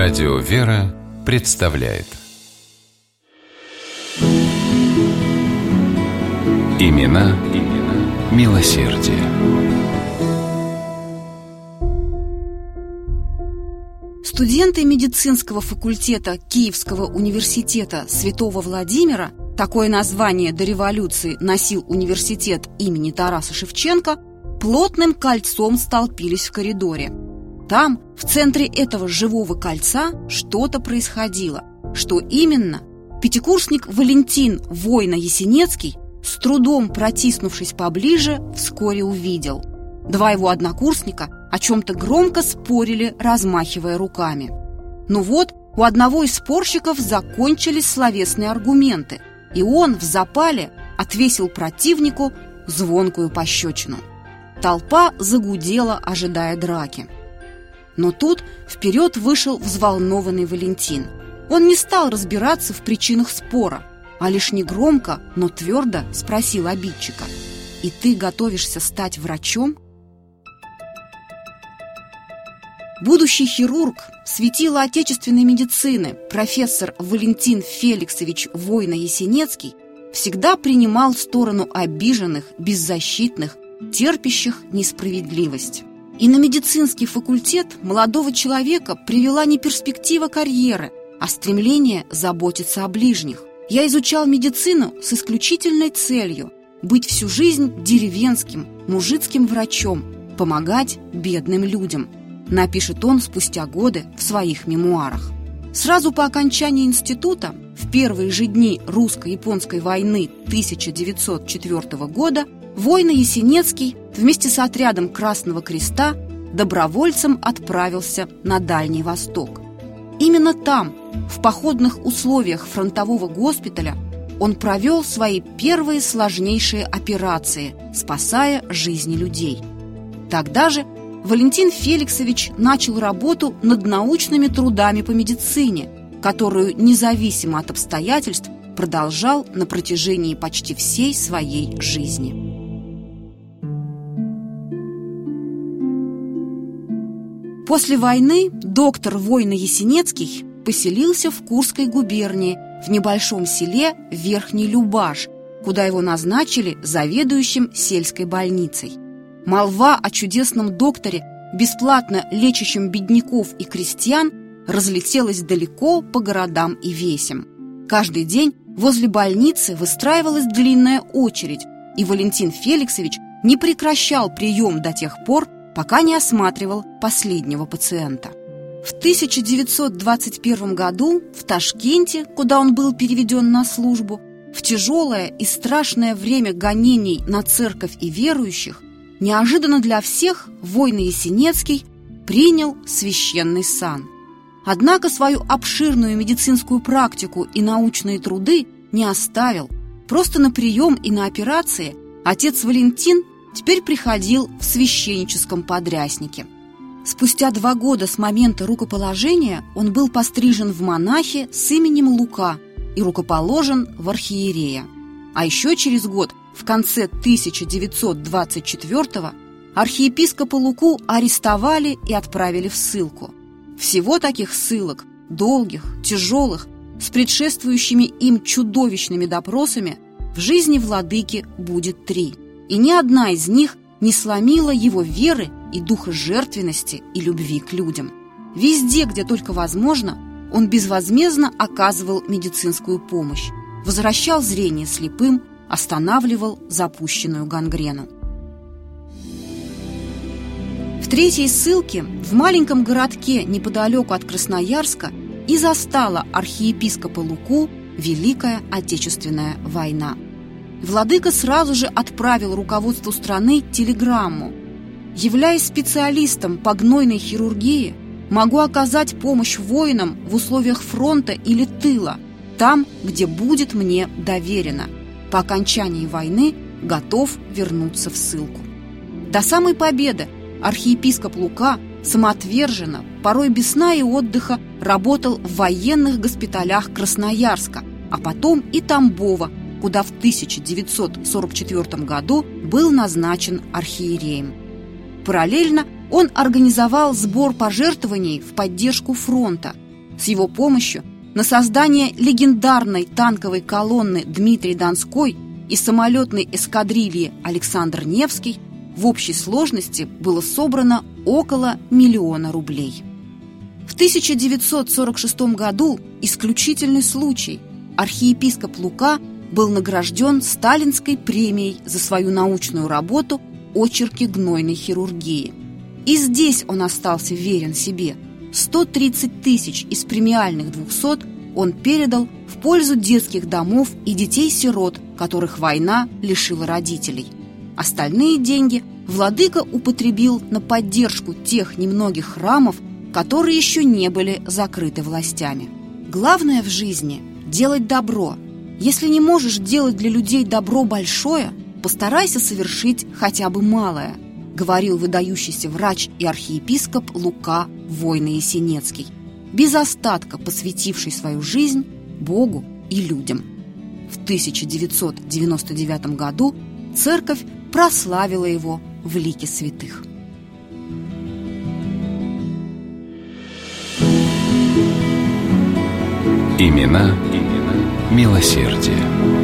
Радио «Вера» представляет Имена милосердия. Студенты медицинского факультета Киевского университета Святого Владимира, такое название до революции носил университет имени Тараса Шевченко, плотным кольцом столпились в коридоре. Там, в центре этого живого кольца, что-то происходило. Что именно? Пятикурсник Валентин Войно-Ясенецкий, с трудом протиснувшись поближе, вскоре увидел. Два его однокурсника о чем-то громко спорили, размахивая руками. Ну вот, у одного из спорщиков закончились словесные аргументы, и он в запале отвесил противнику звонкую пощечину. Толпа загудела, ожидая драки. Но тут вперед вышел взволнованный Валентин. Он не стал разбираться в причинах спора, а лишь негромко, но твердо спросил обидчика: «И ты готовишься стать врачом?» Будущий хирург, светило отечественной медицины, профессор Валентин Феликсович Войно-Ясенецкий всегда принимал сторону обиженных, беззащитных, терпящих несправедливость. И на медицинский факультет молодого человека привела не перспектива карьеры, а стремление заботиться о ближних. «Я изучал медицину с исключительной целью быть всю жизнь деревенским, мужицким врачом, помогать бедным людям», напишет он спустя годы в своих мемуарах. Сразу по окончании института, в первые же дни русско-японской войны 1904 года, Войно-Ясенецкий вместе с отрядом Красного Креста добровольцем отправился на Дальний Восток. Именно там, в походных условиях фронтового госпиталя, он провел свои первые сложнейшие операции, спасая жизни людей. Тогда же Валентин Феликсович начал работу над научными трудами по медицине, которую, независимо от обстоятельств, продолжал на протяжении почти всей своей жизни. После войны доктор Войно-Ясенецкий поселился в Курской губернии, в небольшом селе Верхний Любаш, куда его назначили заведующим сельской больницей. Молва о чудесном докторе, бесплатно лечащем бедняков и крестьян, разлетелась далеко по городам и весям. Каждый день возле больницы выстраивалась длинная очередь, и Валентин Феликсович не прекращал прием до тех пор, пока не осматривал последнего пациента. В 1921 году в Ташкенте, куда он был переведен на службу, в тяжелое и страшное время гонений на церковь и верующих, неожиданно для всех Войно-Ясенецкий принял священный сан. Однако свою обширную медицинскую практику и научные труды не оставил. Просто на прием и на операции отец Валентин теперь приходил в священническом подряснике. Спустя 2 года с момента рукоположения он был пострижен в монахи с именем Лука и рукоположен в архиерея. А еще через год, в конце 1924-го, архиепископа Луку арестовали и отправили в ссылку. Всего таких ссылок, долгих, тяжелых, с предшествующими им чудовищными допросами, в жизни владыки будет 3. И ни одна из них не сломила его веры и духа жертвенности и любви к людям. Везде, где только возможно, он безвозмездно оказывал медицинскую помощь, возвращал зрение слепым, останавливал запущенную гангрену. В 3-й ссылке в маленьком городке неподалеку от Красноярска и застала архиепископа Луку Великая Отечественная война. Владыка сразу же отправил руководству страны телеграмму: «Являясь специалистом по гнойной хирургии, могу оказать помощь воинам в условиях фронта или тыла, там, где будет мне доверено. По окончании войны готов вернуться в ссылку». До самой победы архиепископ Лука самоотверженно, порой без сна и отдыха, работал в военных госпиталях Красноярска, а потом и Тамбова, куда в 1944 году был назначен архиереем. Параллельно он организовал сбор пожертвований в поддержку фронта, С его помощью на создание легендарной танковой колонны Дмитрий Донской и самолетной эскадрильи Александр Невский в общей сложности было собрано около 1 миллиона рублей. В 1946 году исключительный случай. Архиепископ Лука был награжден Сталинской премией за свою научную работу «Очерки гнойной хирургии». И здесь он остался верен себе. 130 тысяч из премиальных 200 он передал в пользу детских домов и детей-сирот, которых война лишила родителей. Остальные деньги владыка употребил на поддержку тех немногих храмов, которые еще не были закрыты властями. Главное в жизни – делать добро. Если не можешь делать для людей добро большое, постарайся совершить хотя бы малое, говорил выдающийся врач и архиепископ Лука Войно-Ясенецкий, без остатка посвятивший свою жизнь Богу и людям. В 1999 году церковь прославила его в лике святых. Имена милосердия.